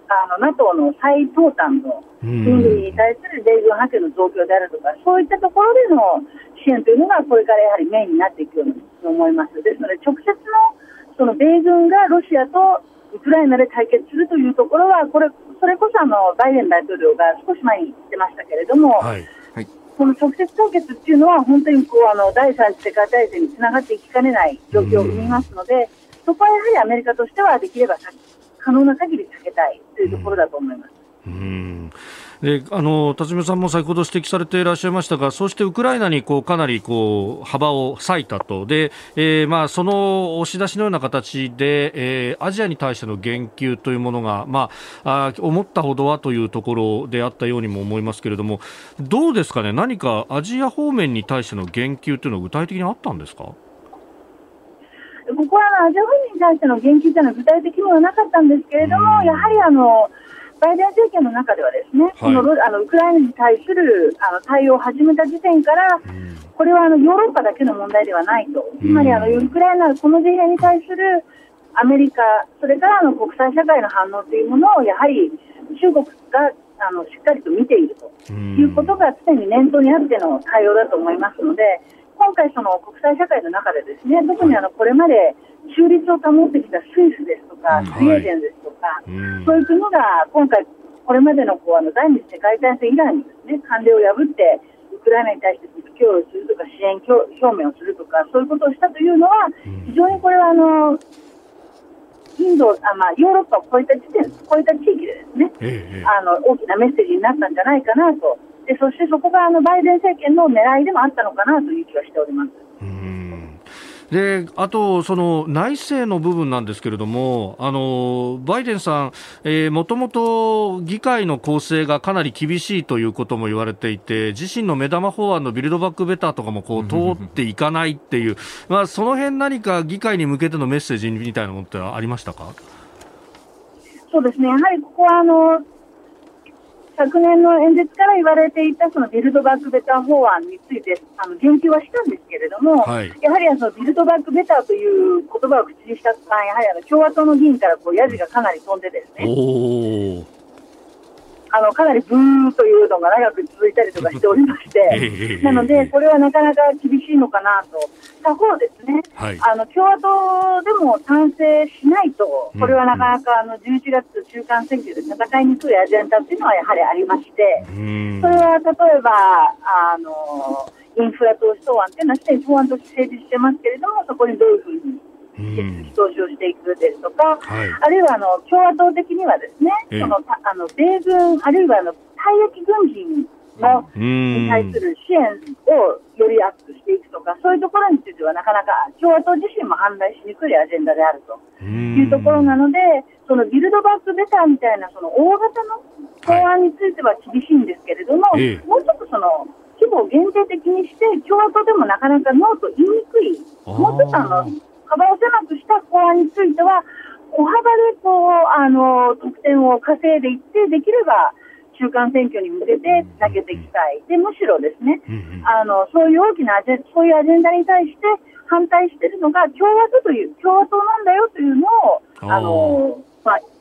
E: NATO の最東端の国々に対する米軍派遣の増強であるとか、そういったところでの支援というのがこれからやはりメインになっていくように思います。ですので直接のその米軍がロシアとウクライナで対決するというところは、それこそバイデン大統領が少し前に言ってましたけれども、この直接対決っていうのは本当に第三次世界大戦につながっていきかねない状況を生みますので、そこはやはりアメリカとしてはできれば可能な限り避けたいというところだと思います。
A: で辰巳さんも先ほど指摘されていらっしゃいましたが、そうしてウクライナにかなり幅を割いたと。で、その押し出しのような形で、アジアに対しての言及というものが、思ったほどはというところであったようにも思いますけれども、どうですかね、何かアジア方面に対しての言及というのは具体的にあったんですか？
E: ここはアジア方面に対しての言及というのは具体的にはなかったんですけれども、やはりバイデン政権の中ではですね、ウクライナに対する対応を始めた時点から、これはヨーロッパだけの問題ではないと、つまりウクライナ、この事変に対するアメリカ、それから国際社会の反応というものをやはり中国がしっかりと見ているということが常に念頭にあっての対応だと思いますので、今回その国際社会の中でですね、特にこれまで中立を保ってきたスイスですとか、スウェーデンですとか、そういう国が今回これまでの第二次世界大戦以来にですね、慣例を破ってウクライナに対して武器供与するとか支援表明をするとか、そういうことをしたというのは非常にこれはインド、ヨーロッパを超えた地域でですね、大きなメッセージになったんじゃないかなと。で、そしてそこがバイデン政権の狙いでもあったのかなという気はしております。
A: で、あとその内政の部分なんですけれども、バイデンさん、もともと議会の構成がかなり厳しいということも言われていて、自身の目玉法案のビルドバックベターとかも通っていかないっていう、その辺何か議会に向けてのメッセージみたいなものってありましたか？
E: そうですね、やはりここは昨年の演説から言われていたそのビルドバックベター法案について言及はしたんですけれども、やはりビルドバックベターという言葉を口にした途端、やはり共和党の議員からヤジがかなり飛んでですね、かなりブーというのが長く続いたりとかしておりましてなのでこれはなかなか厳しいのかなと。他方ですね、共和党でも賛成しないと、これはなかなか11月中間選挙で戦いにくいアジェンダっていうのはやはりありまして、それは例えばインフラ投資法案っていうのはすでに法案として成立してますけれども、そこにどういうふうに投資をしていくですとか、あるいは共和党的にはですね、その米軍あるいは退役軍人に対する支援をよりアップしていくとか、そういうところについてはなかなか共和党自身も反対しにくいアジェンダであるというところなので、そのビルドバックベターみたいなその大型の法案については厳しいんですけれども、もうちょっとその規模を限定的にして共和党でもなかなかノーと言いにくい、もうちょっと幅を狭くした法案については小幅で得点を稼いでいって、できれば中間選挙に向けて投げていきたい。で、むしろですね、そういう大きなそういうアジェンダに対して反対しているのが共和党なんだよというのを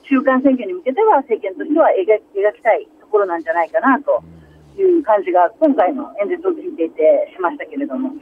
E: 中間選挙に向けては政権としては描きたいところなんじゃないかなという感じが今回の演説を聞いていてしましたけれども。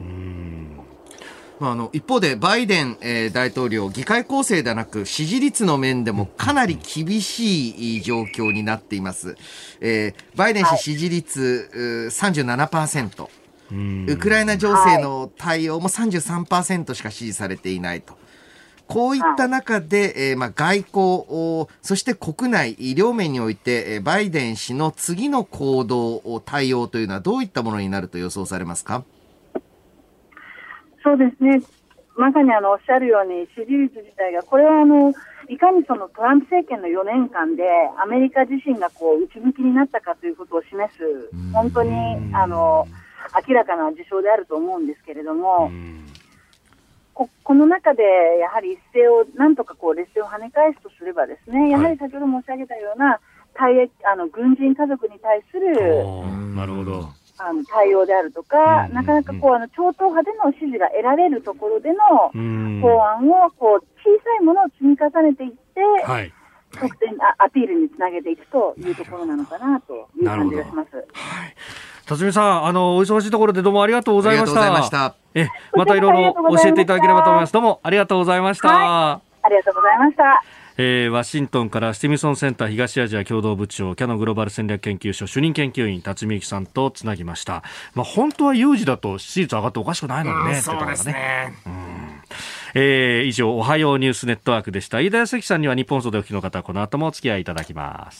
D: 一方でバイデン、大統領、議会構成ではなく支持率の面でもかなり厳しい状況になっています。バイデン氏支持率、37%、ウクライナ情勢の対応も 33% しか支持されていないと。こういった中で、外交、そして国内、両面において、バイデン氏の次の行動、対応というのはどういったものになると予想されますか？
E: そうですね。まさにおっしゃるように支持率自体が、これはいかにそのトランプ政権の4年間でアメリカ自身が内向きになったかということを示す、本当に明らかな事象であると思うんですけれども、この中でやはりなんとか劣勢を跳ね返すとすればですね、やはり先ほど申し上げたような軍人家族に対する
A: なるほど
E: 対応であるとか、なかなか超党派での支持が得られるところでの法案を小さいものを積み重ねていって、得点アピールにつなげていくというところなのかなという感じがします。
A: 辰巳さん、お忙しいところでどうもありがとうございました。またいろいろ教えていただければと思います。どうもありがとうございました。
E: ありがとうございました。
A: ワシントンからスティムソンセンター東アジア共同部長キヤノングローバル戦略研究所主任研究員辰巳ゆきさんとつなぎました。本当は有事だと支持率上がっておかしくないのにね。
D: そうですね。
A: 以上おはようニュースネットワークでした。飯田康之さんには日本放送でお聞きの方、この後もお付き合いいただきます。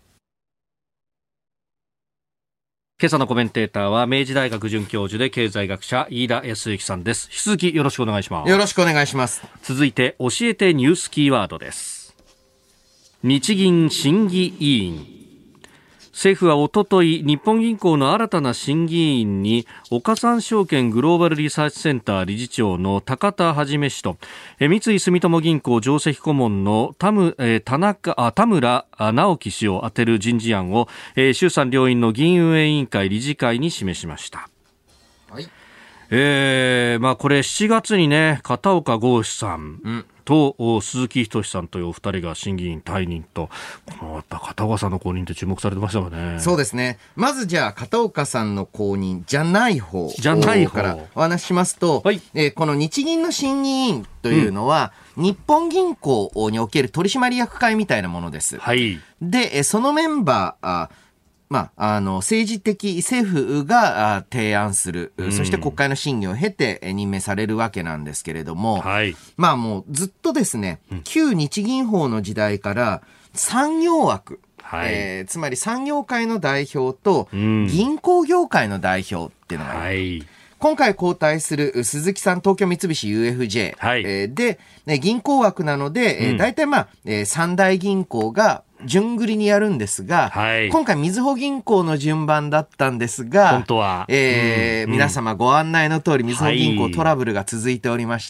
A: 今朝のコメンテーターは明治大学准教授で経済学者飯田康之さんです。引き続きよろしくお願いします。
D: よろしくお願いします。
A: 続いて教えてニュースキーワードです。日銀審議委員。政府はおととい日本銀行の新たな審議員に岡三証券グローバルリサーチセンター理事長の高田一氏と三井住友銀行上席顧問の田村直樹氏を充てる人事案を衆参両院の議院運営委員会理事会に示しました。これ7月にね、片岡剛志さんと鈴木仁さんというお二人が審議員退任と、やっぱ片岡さんの後任って注目されてましたよね。
D: そうですね。まずじゃあ片岡さんの後任じゃない方からお話ししますと、この日銀の審議員というのは、日本銀行における取締役会みたいなものです。で、そのメンバー政府が提案する、そして国会の審議を経て任命されるわけなんですけれども、もうずっとですね、旧日銀法の時代から産業枠、つまり産業界の代表と銀行業界の代表っていうのがいる。今回交代する鈴木さん、東京三菱 UFJ、で、銀行枠なので、大体三大銀行が順繰りにやるんですが、今回みずほ銀行の順番だったんですが、
A: 本当は、
D: 皆様ご案内の通りみずほ銀行トラブルが続いておりまして、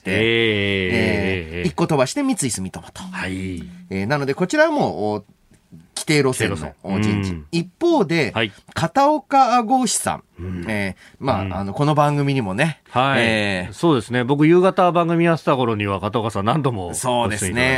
D: 一個飛ばして三井住友と、なのでこちらはもう規定路線の人事。一方で、片岡剛志さん。この番組にもね。
A: そうですね。僕、夕方番組やってた頃には片岡さん何度も
D: そうですね。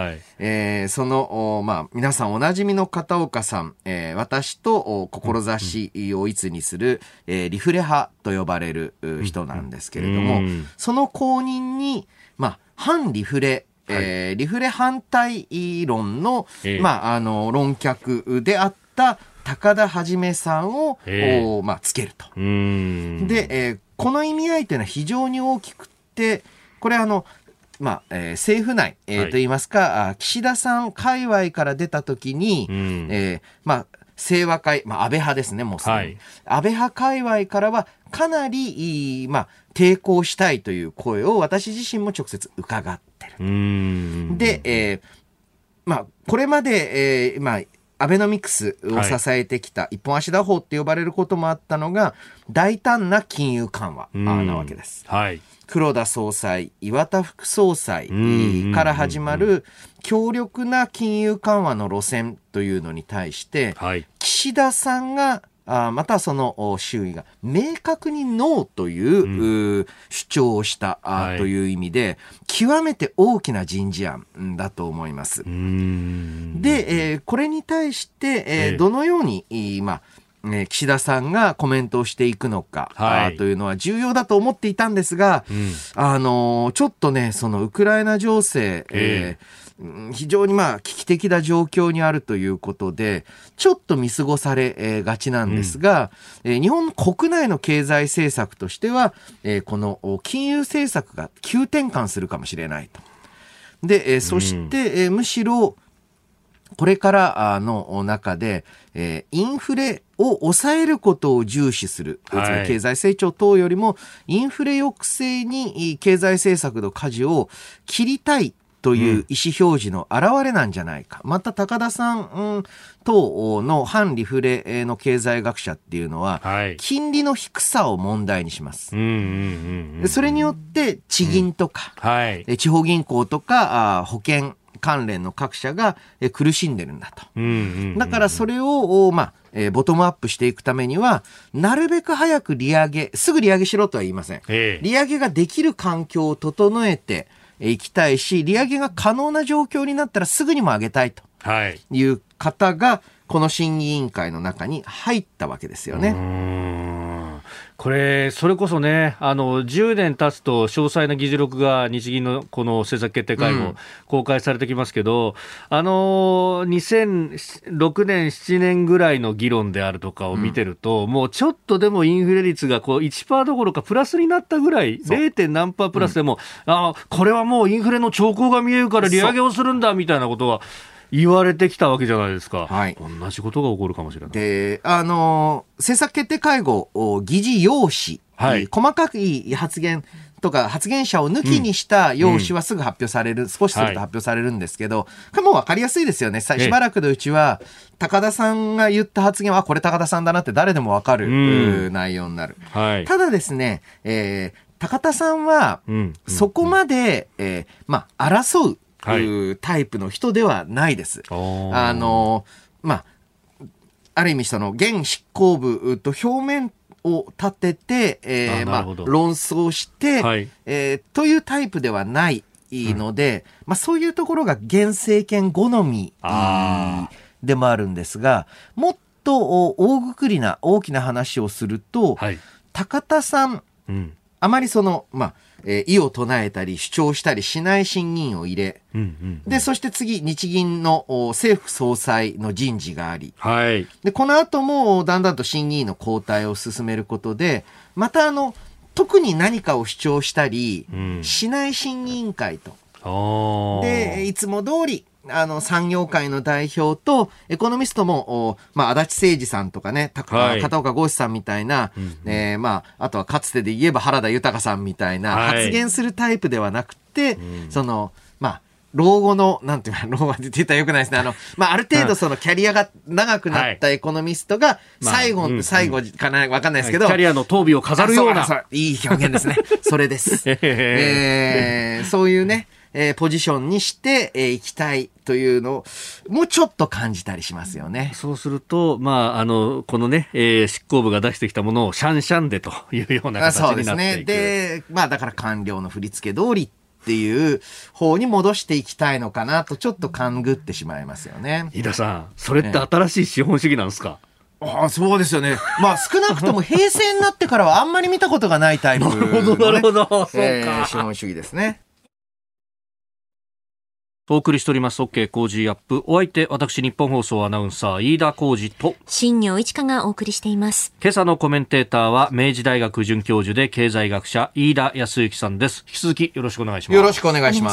D: 皆さんおなじみの片岡さん、私と志を一にする、リフレ派と呼ばれる人なんですけれども、その後任に、反リフレ、リフレ反対論の、論客であった高田一さんを、つけると。で、この意味合いというのは非常に大きくて、これ政府内、といいますか、岸田さん界隈から出たときに、清和会、安倍派ですね、もうすでに。安倍派界隈からはかなり、抵抗したいという声を私自身も直接伺ってる。で、これまで、アベノミクスを支えてきた一本足打法って呼ばれることもあったのが、大胆な金融緩和なわけです。黒田総裁、岩田副総裁から始まる強力な金融緩和の路線というのに対して、岸田さんがまたその周囲が明確にノーという、主張をしたという意味で、極めて大きな人事案だと思います。で、これに対して、どのように、岸田さんがコメントをしていくのか、というのは重要だと思っていたんですが、ちょっとね、そのウクライナ情勢、非常に危機的な状況にあるということで、ちょっと見過ごされ、がちなんですが、日本国内の経済政策としては、この金融政策が急転換するかもしれないと。で、そして、むしろこれからの中で、インフレを抑えることを重視する、つまり経済成長等よりもインフレ抑制に経済政策の舵を切りたいという意思表示の表れなんじゃないか。また高田さん、等の反リフレの経済学者っていうのは、金利の低さを問題にします。それによって地銀とか、地方銀行とか保険関連の各社が苦しんでるんだと。だからそれを、ボトムアップしていくためには、なるべく早くすぐ利上げしろとは言いません。利上げができる環境を整えていきたいし、利上げが可能な状況になったらすぐにも上げたいという方が、この審議委員会の中に入ったわけですよね。
A: これ、それこそね、10年経つと詳細な議事録が日銀のこの政策決定会合公開されてきますけど、2006年、7年ぐらいの議論であるとかを見てると、もうちょっとでもインフレ率が1% どころかプラスになったぐらい、0. 何パープラスでも、これはもうインフレの兆候が見えるから利上げをするんだみたいなことが言われてきたわけじゃないですか。同じことが起こるかもしれない。
D: で、政策決定会合、議事要旨、細かい発言とか発言者を抜きにした要旨はすぐ発表される、少しすると発表されるんですけど、これもう分かりやすいですよね。しばらくのうちは、高田さんが言った発言は、これ高田さんだなって誰でも分かる、内容になる。ただですね、高田さんは、そこまで、争う、タイプの人ではないです。ある意味その現執行部と表面を立てて、論争して、というタイプではないので、そういうところが現政権好みでもあるんですが、もっと大括りな大きな話をすると、高田さん、あまりその異を唱えたり主張したりしない審議員を入れ、でそして次日銀の政府総裁の人事があり、でこの後もだんだんと審議員の交代を進めることで、また特に何かを主張したりしない審議委員会と、でいつも通り産業界の代表とエコノミストも、足立誠二さんとかね、片岡剛志さんみたいな、あとはかつてで言えば原田豊さんみたいな発言するタイプではなくて、老後の、なんていうの、老後って言ったらよくないですね。ある程度そのキャリアが長くなったエコノミストが、最後かな、わかんないですけど。
A: キャリアの闘尾を飾るような。
D: いい表現ですね。それです。そういうね、ポジションにしていきたいというのをもうちょっと感じたりしますよね。
A: そうすると、このね、執行部が出してきたものをシャンシャンでというような形になっていく。そうですね。で、だから官僚の振り付け通りっていう方に戻していきたいのかなとちょっと勘ぐってしまいますよね。飯田さん、それって新しい資本主義なんですか？
D: そうですよね。少なくとも平成になってからはあんまり見たことがないタイプの、ね。
A: なるほど。そうか。
D: 資本主義ですね。
A: お送りしております OK 工事アップ。お相手、私日本放送アナウンサー飯田浩司と
C: 新業一華がお送りしています。
A: 今朝のコメンテーターは明治大学准教授で経済学者飯田康之さんです。引き続きよろしくお願いします。
D: よろしくお願いします。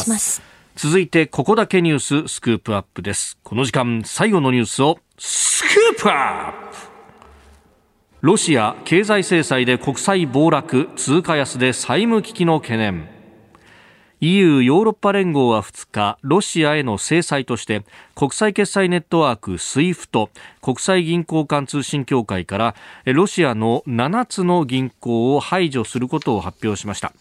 A: 続いてここだけニューススクープアップです。この時間最後のニュースをスクープアップ。ロシア経済制裁で国債暴落、通貨安で債務危機の懸念。EU ヨーロッパ連合は2日、ロシアへの制裁として国際決済ネットワーク SWIFT 国際銀行間通信協会からロシアの7つの銀行を排除することを発表しました。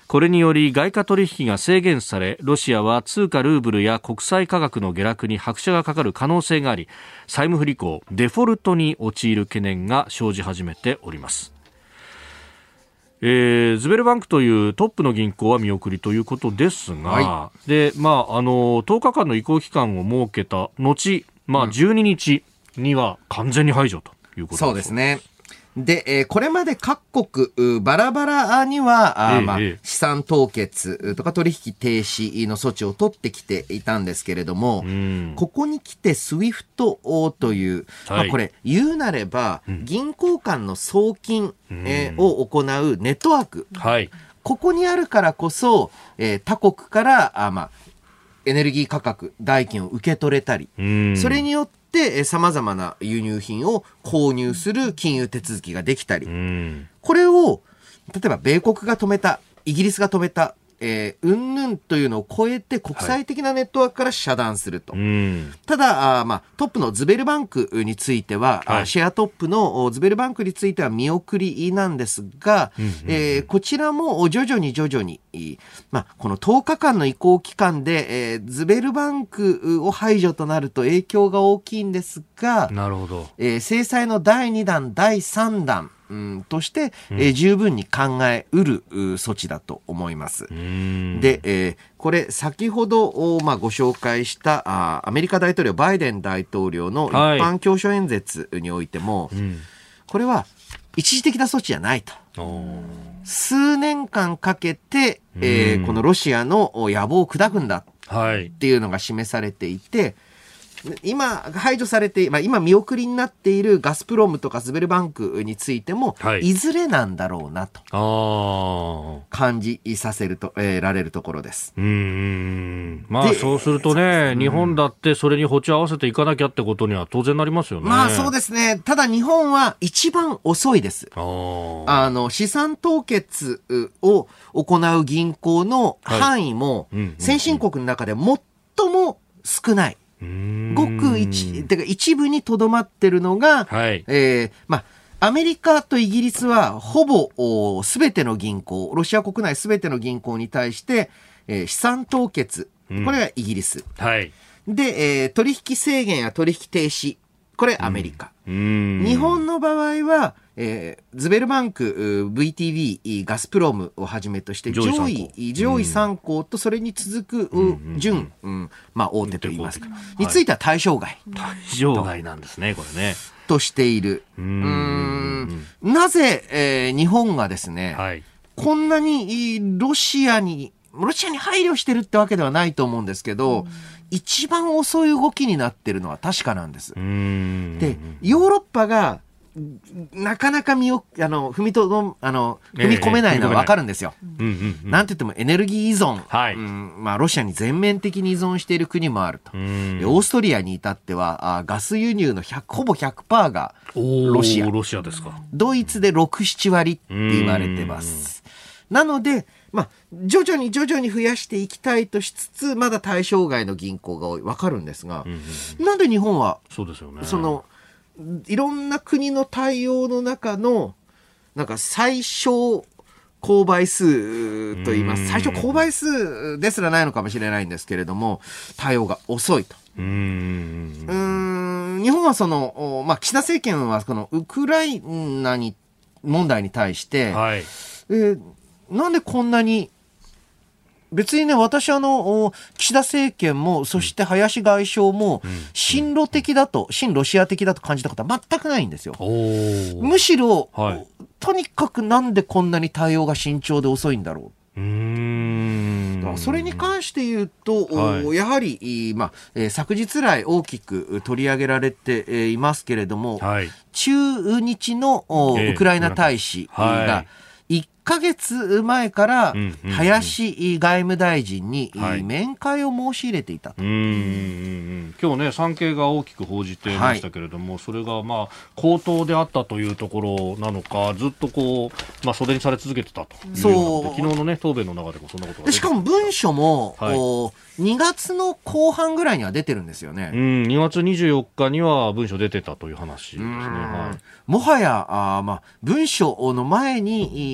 A: これにより外貨取引が制限され、ロシアは通貨ルーブルや国際価格の下落に拍車がかかる可能性があり、債務不履行、デフォルトに陥る懸念が生じ始めております。ズベルバンクというトップの銀行は見送りということですが、はい、で、10日間の移行期間を設けた後、12日には完全に排除ということです。
D: そうですね。で、これまで各国バラバラには、資産凍結とか取引停止の措置を取ってきていたんですけれども、ここに来てスイフトという、これ言うなれば、銀行間の送金、を行うネットワーク、ここにあるからこそ、他国からエネルギー価格代金を受け取れたり、それによって様々な輸入品を購入する金融手続きができたり、これを例えば米国が止めた、イギリスが止めた、うんぬんというのを超えて国際的なネットワークから遮断すると。ただトップのズベルバンクについては、シェアトップのズベルバンクについては見送りなんですが、こちらも徐々に、この10日間の移行期間で、ズベルバンクを排除となると影響が大きいんですが、
A: なるほど。
D: 制裁の第2弾、第3弾、として、十分に考えうる措置だと思います。で、これ先ほど、ご紹介したアメリカ大統領バイデン大統領の一般教書演説においても、これは一時的な措置じゃないと。数年間かけて、このロシアの野望を砕くんだっていうのが示されていて、今排除されて、今見送りになっているガスプロムとかズベルバンクについても、いずれなんだろうなと感じさせると、られるところです。
A: そうするとね、日本だってそれに歩調合わせていかなきゃってことには当然なりますよね。
D: そうですね。ただ日本は一番遅いです。資産凍結を行う銀行の範囲も先進国の中で最も少ない。ごく一部にとどまってるのが、アメリカとイギリスはほぼすべての銀行、ロシア国内すべての銀行に対して、資産凍結、これがイギリス。で、取引制限や取引停止、これアメリカ。日本の場合は、ズベルバンク、VTB、ガスプロムをはじめとして上位3行とそれに続く準、大手といいますか、については対象外。
A: 対象外なんですね、これね。
D: としている。なぜ、日本がですね、こんなにロシアに配慮してるってわけではないと思うんですけど、一番遅い動きになってるのは確かなんです。で、ヨーロッパがなかなか踏み込めないのは分かるんですよ。なんて言ってもエネルギー依存、ロシアに全面的に依存している国もあると。オーストリアに至ってはガス輸入のほぼ 100% がロシアですか。ドイツで 6,7 割って言われてます。なので徐々に増やしていきたいとしつつ、まだ対象外の銀行が多い。わかるんですが、なんで日本は、
A: そうですよね。
D: いろんな国の対応の中の、最小公倍数と言います。最小公倍数ですらないのかもしれないんですけれども、対応が遅いと。日本は岸田政権はこのウクライナ問題に対して、なんでこんなに、別にね、私岸田政権も、そして林外相も、親ロシア的だと感じたことは全くないんですよ。むしろ、とにかくなんでこんなに対応が慎重で遅いんだろう。それに関して言うと、やはり、昨日来大きく取り上げられていますけれども、駐日のウクライナ大使が、1ヶ月前から林外務大臣に面会を申し入れていたと。
A: 今日ね、産経が大きく報じてましたけれども、それが口頭であったというところなのか、ずっと袖にされ続けてたというような、昨日のね、答弁の中でもそんなことが。
D: しかも文書も、2月の後半ぐらいには出てるんですよね。
A: 2月24日には文書出てたという話ですね。
D: もはや、文書の前に、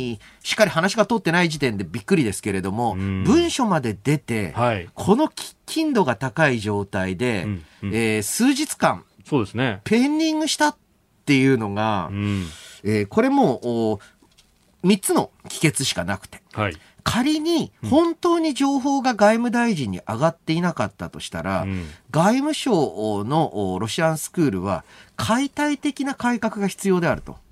D: しっかり話が通ってない時点でびっくりですけれども、文書まで出て、はい、この頻度が高い状態で、数日間、
A: そうですね、
D: ペンディングしたっていうのが、これも3つの帰結しかなくて、はい、仮に本当に情報が外務大臣に上がっていなかったとしたら、外務省のロシアンスクールは解体的な改革が必要であると。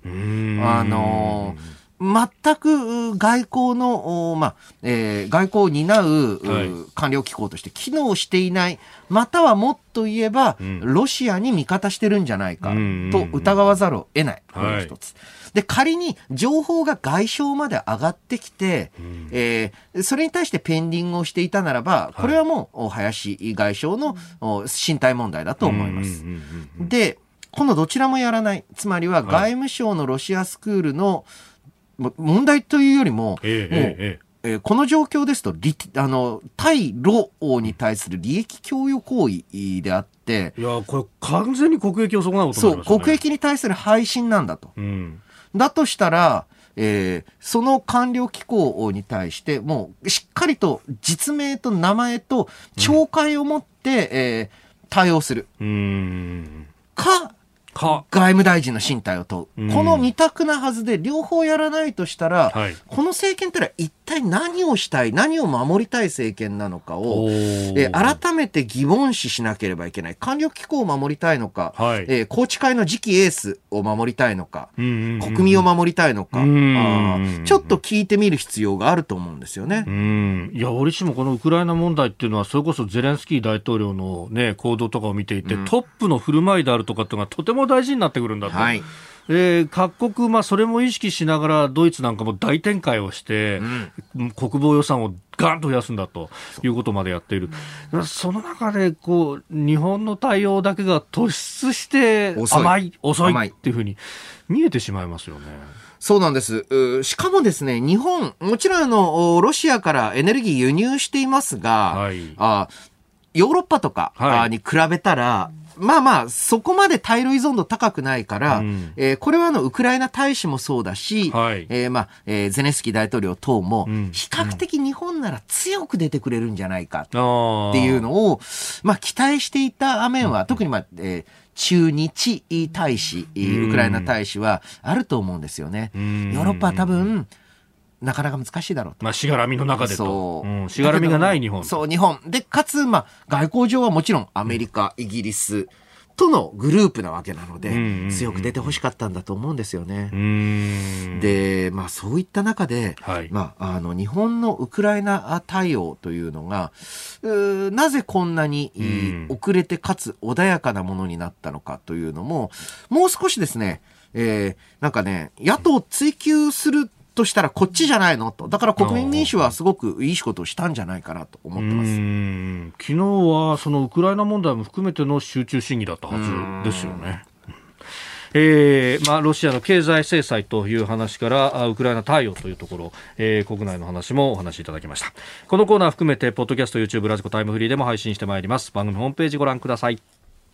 D: 全く外交の、外交を担う、官僚機構として機能していない、またはもっと言えば、ロシアに味方してるんじゃないかと疑わざるを得ない。これが一つ。で、仮に情報が外相まで上がってきて、それに対してペンディングをしていたならば、これはもう林外相の身体問題だと思います。で、このどちらもやらない。つまりは外務省のロシアスクールの問題というよりも、この状況ですと、対ロに対する利益供与行為であって、
A: いや、これ完全に国益を損なうことになりますね。
D: そう、国益に対する背信なんだと。だとしたら、その官僚機構に対して、もうしっかりと実名と名前と懲戒を持って、対応する。外務大臣の進退を問う。この二択なはずで、両方やらないとしたら、この政権というのは一体何をしたい、何を守りたい政権なのかを、改めて疑問視しなければいけない。官僚機構を守りたいのか、宏池会の次期エースを守りたいのか、国民を守りたいのか、ちょっと聞いてみる必要があると思うんですよね。
A: いや、俺しもこのウクライナ問題っていうのは、それこそゼレンスキー大統領のね、行動とかを見ていて、トップの振る舞いであるとかっていうのがとても大事になってくるんだと。各国、それも意識しながらドイツなんかも大展開をして、国防予算をガンと増やすんだということまでやっている。その中で日本の対応だけが突出して遅いっていうふうに見えてしまいますよね。
D: そうなんです。しかもですね、日本、もちろんロシアからエネルギー輸入していますが、ヨーロッパとかに比べたら、そこまで対ロ依存度高くないから、これはウクライナ大使もそうだし、ゼレンスキー大統領等も、比較的日本なら強く出てくれるんじゃないかっていうのを、期待していた面は、特に駐日大使、ウクライナ大使はあると思うんですよね。ヨーロッパは多分、なかなか難しいだろうと。
A: しがらみの中でと。しがらみがない日本。
D: そう、日本。で、かつ、外交上はもちろんアメリカ、イギリスとのグループなわけなので、強く出てほしかったんだと思うんですよね。で、そういった中で、日本のウクライナ対応というのが、なぜこんなに遅れてかつ穏やかなものになったのかというのも、もう少しですね、野党を追及するとしたらこっちじゃないのと。だから国民民主はすごくいい仕事をしたんじゃないかなと思ってます。
A: 昨日はそのウクライナ問題も含めての集中審議だったはずですよね。ロシアの経済制裁という話からウクライナ対応というところ、国内の話もお話しいただきました。このコーナー含めてポッドキャスト、YouTube、ラジコ、タイムフリーでも配信してまいります。番組ホームページご覧ください。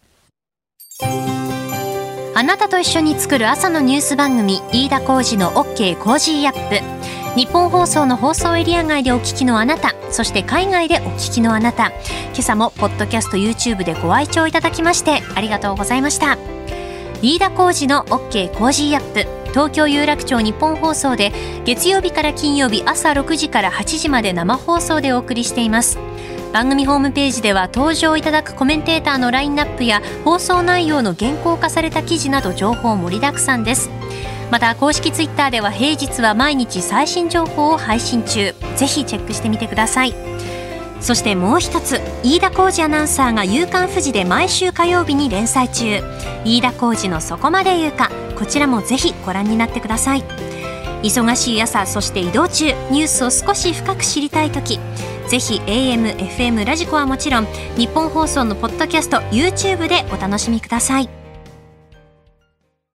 C: あなたと一緒に作る朝のニュース番組、飯田浩司の OK コージーアップ。日本放送の放送エリア外でお聞きのあなた、そして海外でお聞きのあなた、今朝もポッドキャスト YouTube でご愛聴いただきましてありがとうございました。飯田浩司の OK コージーアップ、東京有楽町日本放送で月曜日から金曜日朝6時から8時まで生放送でお送りしています。番組ホームページでは登場いただくコメンテーターのラインナップや放送内容の原稿化された記事など情報盛りだくさんです。また公式ツイッターでは平日は毎日最新情報を配信中、ぜひチェックしてみてください。そしてもう一つ、飯田浩司アナウンサーが夕刊フジで毎週火曜日に連載中、飯田浩司のそこまで言うか、こちらもぜひご覧になってください。忙しい朝、そして移動中、ニュースを少し深く知りたいとき、ぜひ AM、FM、ラジコはもちろん日本放送のポッドキャスト、YouTube でお楽しみください。